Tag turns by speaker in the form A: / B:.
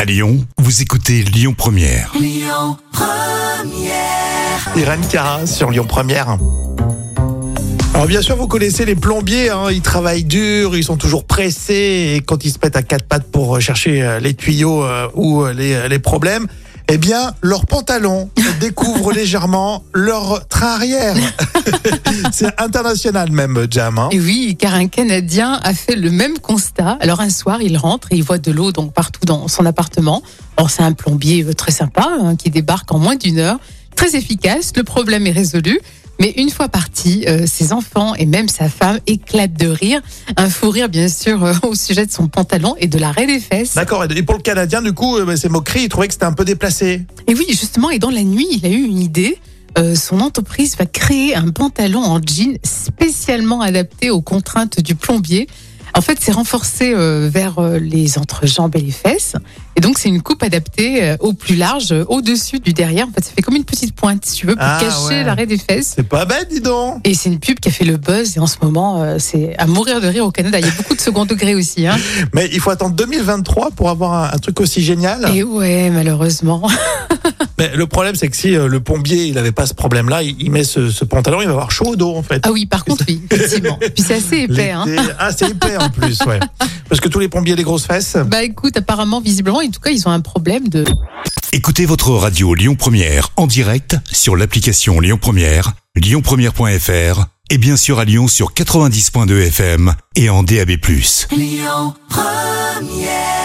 A: À Lyon, vous écoutez Lyon Première.
B: Lyon Première.
C: Irène Cara sur Lyon Première. Alors bien sûr, vous connaissez les plombiers, ils travaillent dur, ils sont toujours pressés et quand ils se mettent à quatre pattes pour chercher les tuyaux ou les problèmes, eh bien, leurs pantalons découvrent légèrement leur train arrière. C'est international même, Jam.
D: Et oui, car un Canadien a fait le même constat. Alors un soir, il rentre et il voit de l'eau donc partout dans son appartement. Alors c'est un plombier très sympa qui débarque en moins d'une heure, très efficace. Le problème est résolu. Mais une fois parti, ses enfants et même sa femme éclatent de rire. Un fou rire, bien sûr, au sujet de son pantalon et de l'arrêt des fesses.
C: D'accord, et pour le Canadien, du coup, ces moqueries, il trouvait que c'était un peu déplacé.
D: Et oui, justement, et dans la nuit, il a eu une idée. Son entreprise va créer un pantalon en jean spécialement adapté aux contraintes du plombier. En fait, c'est renforcé vers les entrejambes et les fesses. Et donc, c'est une coupe adaptée au plus large, au-dessus du derrière. En fait, ça fait comme une petite pointe, si tu veux, pour cacher l'arrêt des fesses.
C: C'est pas bête, dis donc.
D: Et c'est une pub qui a fait le buzz. Et en ce moment, c'est à mourir de rire au Canada. Il y a beaucoup de second degré aussi.
C: Mais il faut attendre 2023 pour avoir un truc aussi génial.
D: Et ouais, malheureusement.
C: Mais le problème, c'est que si le plombier, il n'avait pas ce problème-là, il met ce pantalon, il va avoir chaud au dos, en fait.
D: Ah oui, par contre, oui, effectivement. Puis c'est assez épais.
C: C'est épais en plus, ouais. Parce que tous les plombiers ont des grosses fesses.
D: Bah écoute, apparemment, visiblement, en tout cas, ils ont un problème de...
A: Écoutez votre radio Lyon Première en direct sur l'application Lyon Première, lyonpremière.fr et bien sûr à Lyon sur 90.2 FM et en DAB+.
B: Lyon Première.